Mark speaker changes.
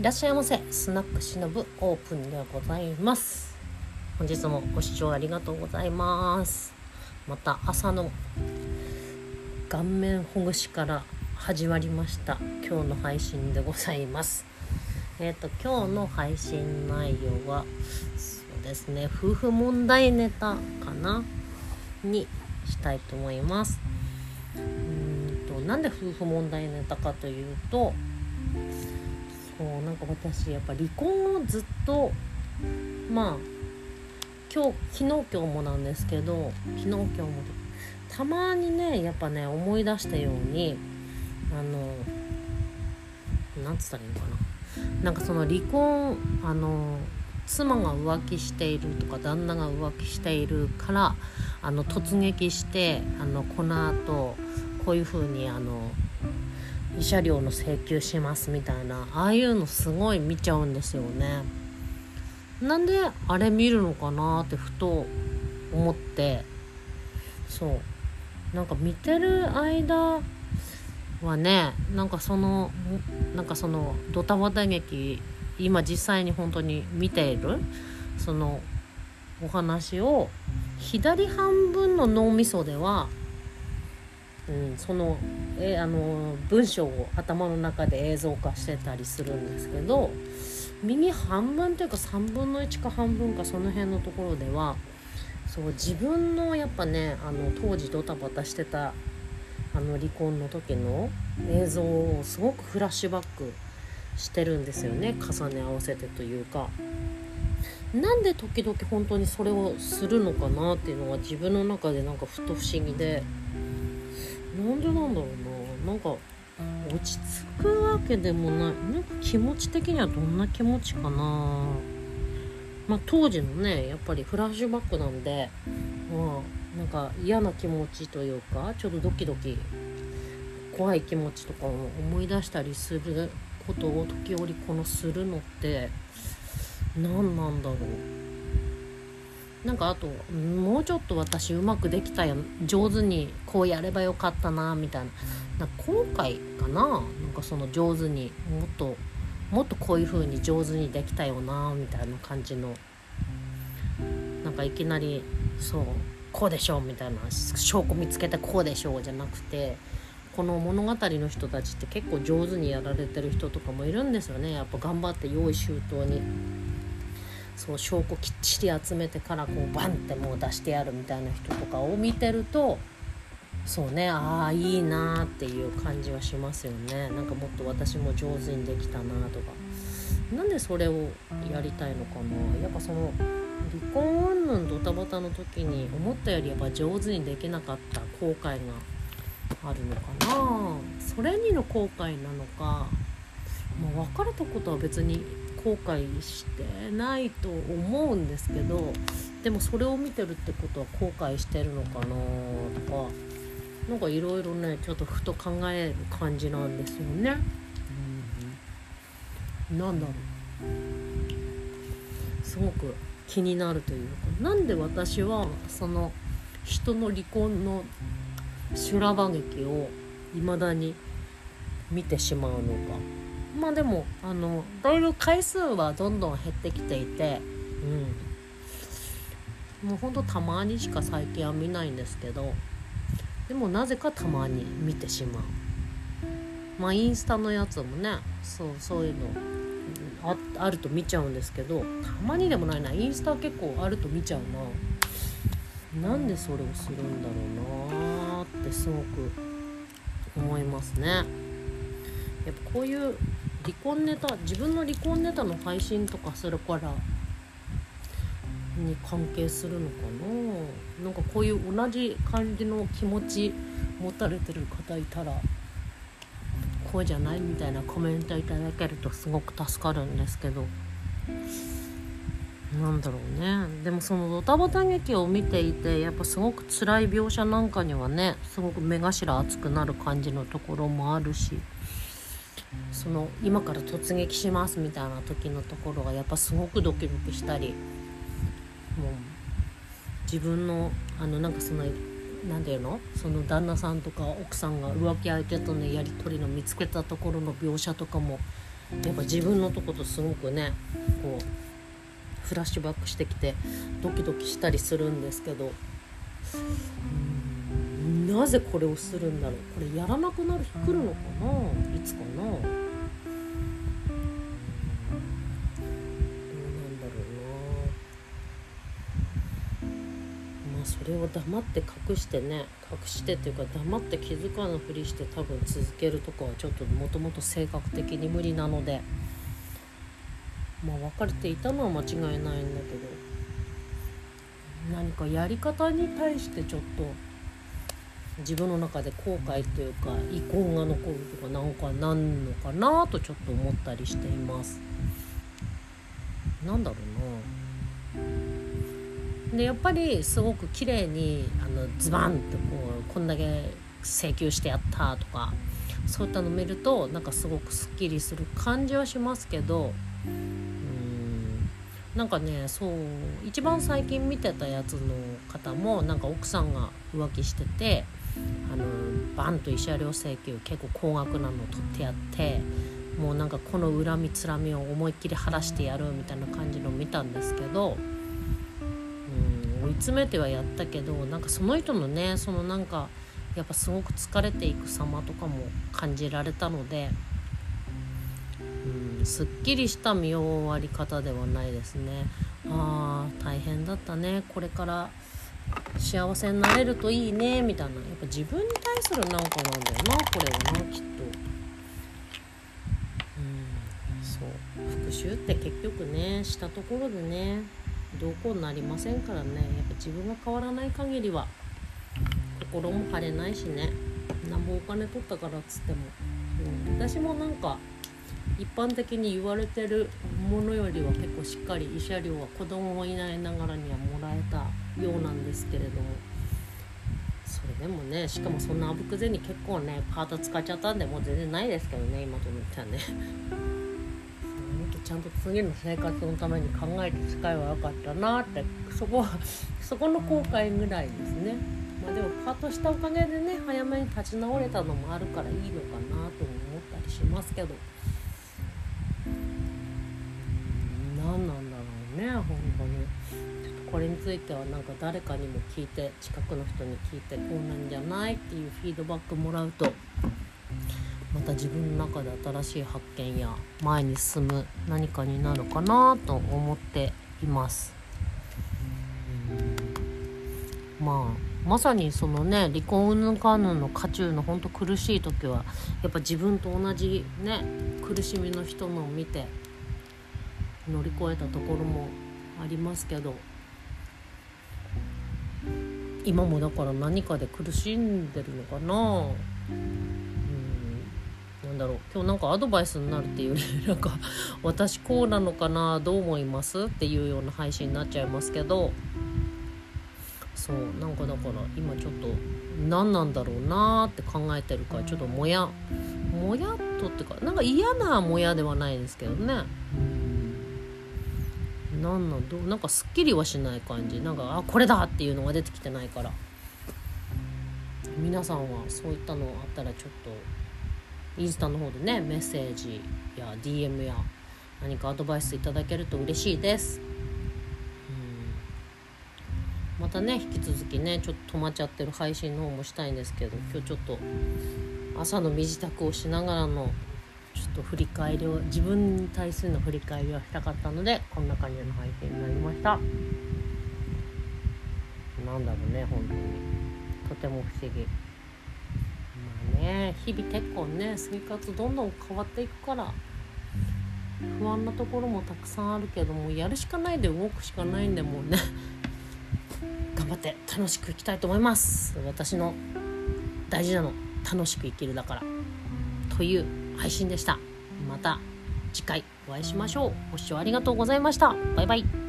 Speaker 1: いらっしゃいませ。スナックしのぶオープンでございます。本日もご視聴ありがとうございます。また朝の顔面ほぐしから始まりました今日の配信でございます。今日の配信内容はそうですね、夫婦問題ネタかなにしたいと思います。なんで夫婦問題ネタかというと、なんか私やっぱ離婚をずっと昨日今日もなんですけど、たまにねやっぱね思い出したようになんつったらいいのかな、なんかその離婚妻が浮気しているとか旦那が浮気しているから突撃してこの後こういう風に慰謝料の請求しますみたいな、ああいうのすごい見ちゃうんですよね。なんであれ見るのかなってふと思って、なんか見てる間はね、なんかそのドタバタ劇、今実際に本当に見ているそのお話を左半分の脳みそでは文章を頭の中で映像化してたりするんですけど、右半分というか3分の1か半分かその辺のところでは自分のやっぱね当時ドタバタしてた離婚の時の映像をすごくフラッシュバックしてるんですよね、重ね合わせてというか。なんで時々本当にそれをするのかなっていうのが自分の中でなんかふと不思議で、なんでなんだろうな、なんか落ち着くわけでもない、なんか気持ち的にはどんな気持ちかな。当時のねやっぱりフラッシュバックなんで、なんか嫌な気持ちというかちょっとドキドキ怖い気持ちとかを思い出したりすることを時折するのって何なんだろう。なんかあともうちょっと私うまくできたよ、上手にこうやればよかったなみたいな、後悔かな。なんかその上手にもっとこういう風に上手にできたよなみたいな感じの、なんかいきなりこうでしょみたいな証拠見つけてこうでしょじゃなくて、この物語の人たちって結構上手にやられてる人とかもいるんですよね。やっぱ頑張って用意周到に証拠きっちり集めてからバンってもう出してやるみたいな人とかを見てるとああいいなっていう感じはしますよね。なんかもっと私も上手にできたなとか。なんでそれをやりたいのかな。やっぱ離婚云々ドタバタの時に思ったよりやっぱ上手にできなかった後悔があるのかな。それにの後悔なのか、別れたことは別に後悔してないと思うんですけど、でもそれを見てるってことは後悔してるのかなとか、なんかいろいろねちょっとふと考える感じなんですよね。なんだろう、すごく気になるというか、なんで私は人の離婚の修羅場劇を未だに見てしまうのか。でもだいぶ回数はどんどん減ってきていて、もうほんとたまにしか最近は見ないんですけど、でもなぜかたまに見てしまう。インスタのやつもねそういうのあると見ちゃうんですけど、たまにでもないな、インスタ結構あると見ちゃうな。なんでそれをするんだろうなってすごく思いますね。やっぱこういう離婚ネタ、自分の離婚ネタの配信とかするからに関係するのかな。なんかこういう同じ感じの気持ち持たれてる方いたらこうじゃないみたいなコメントいただけるとすごく助かるんですけど、なんだろうね。でもそのドタバタ劇を見ていてやっぱすごく辛い描写なんかにはねすごく目頭熱くなる感じのところもあるし、今から突撃しますみたいな時のところがやっぱすごくドキドキしたり、もう自分のなんかなんていうの、旦那さんとか奥さんが浮気相手とのやり取りの見つけたところの描写とかもやっぱ自分のとことすごくねこうフラッシュバックしてきてドキドキしたりするんですけど、なぜこれをするんだろう。これやらなくなる日来るのかな、いつかな。どうなんだろうな。それを黙って隠してっていうか黙って気づかぬふりして多分続けるとかはちょっともともと性格的に無理なので、別れていたのは間違いないんだけど、何かやり方に対してちょっと自分の中で後悔というか遺恨が残るとかなんかなんのかなとちょっと思ったりしています。なんだろうな。でやっぱりすごく綺麗にズバンってこんだけ請求してやったとかそういったの見るとなんかすごくすっきりする感じはしますけど、なんかね、そう一番最近見てたやつの方もなんか奥さんが浮気しててバンと慰謝料請求結構高額なの取ってやって、もうなんかこの恨みつらみを思いっきり晴らしてやるみたいな感じのを見たんですけど、追い詰めてはやったけどなんかその人のねそのなんかやっぱすごく疲れていく様とかも感じられたので、すっきりした見終わり方ではないですね。大変だったね、これから幸せになれるといいねみたいな、やっぱ自分に対するなんかなんだよな、これはなきっと。そう復讐って結局ねしたところでねどうこうなりませんからね。やっぱ自分が変わらない限りは心も晴れないしね。なんぼお金取ったからっつっても、私もなんか一般的に言われてるものよりは結構しっかり慰謝料は子供もいないながらにはもらえたようなんですけれども、それでもねしかもそんなあぶくぜに結構ねパート使っちゃったんでもう全然ないですけどね、今となってはねもっとちゃんと次の生活のために考えて使えばよかったなって、そこの後悔ぐらいですね。でもパートしたおかげでね早めに立ち直れたのもあるからいいのかなとも思ったりしますけど、何なんだろうね本当に。ちょっとこれについてはなんか誰かにも聞いて、近くの人に聞いてこうなんじゃないっていうフィードバックもらうとまた自分の中で新しい発見や前に進む何かになるかなと思っています。まさにそのね離婚云々かんぬんの渦中の本当苦しい時はやっぱ自分と同じね苦しみの人のを見て乗り越えたところもありますけど、今もだから何かで苦しんでるのかな。なんだろう、今日なんかアドバイスになるっていうよりなんか私こうなのかなどう思いますっていうような配信になっちゃいますけど、そうなんかだから今ちょっと何なんだろうなって考えてるからちょっともやっとってかなんか嫌なもやではないですけどね。なんかすっきりはしない感じ、なんかこれだっていうのが出てきてないから、皆さんはそういったのあったらちょっとインスタの方でねメッセージや DM や何かアドバイスいただけると嬉しいです。またね引き続きねちょっと止まっちゃってる配信の方もしたいんですけど、今日ちょっと朝の身支度をしながらのちょっと振り返りを自分に対するの振り返りをしたかったのでこんな感じの配信になりました。なんだろうね本当にとても不思議。日々結構ね生活どんどん変わっていくから不安なところもたくさんあるけどもやるしかないで動くしかないんでもうね頑張って楽しく生きたいと思います。私の大事なの楽しく生きるだからという配信でした。また次回お会いしましょう。ご視聴ありがとうございました。バイバイ。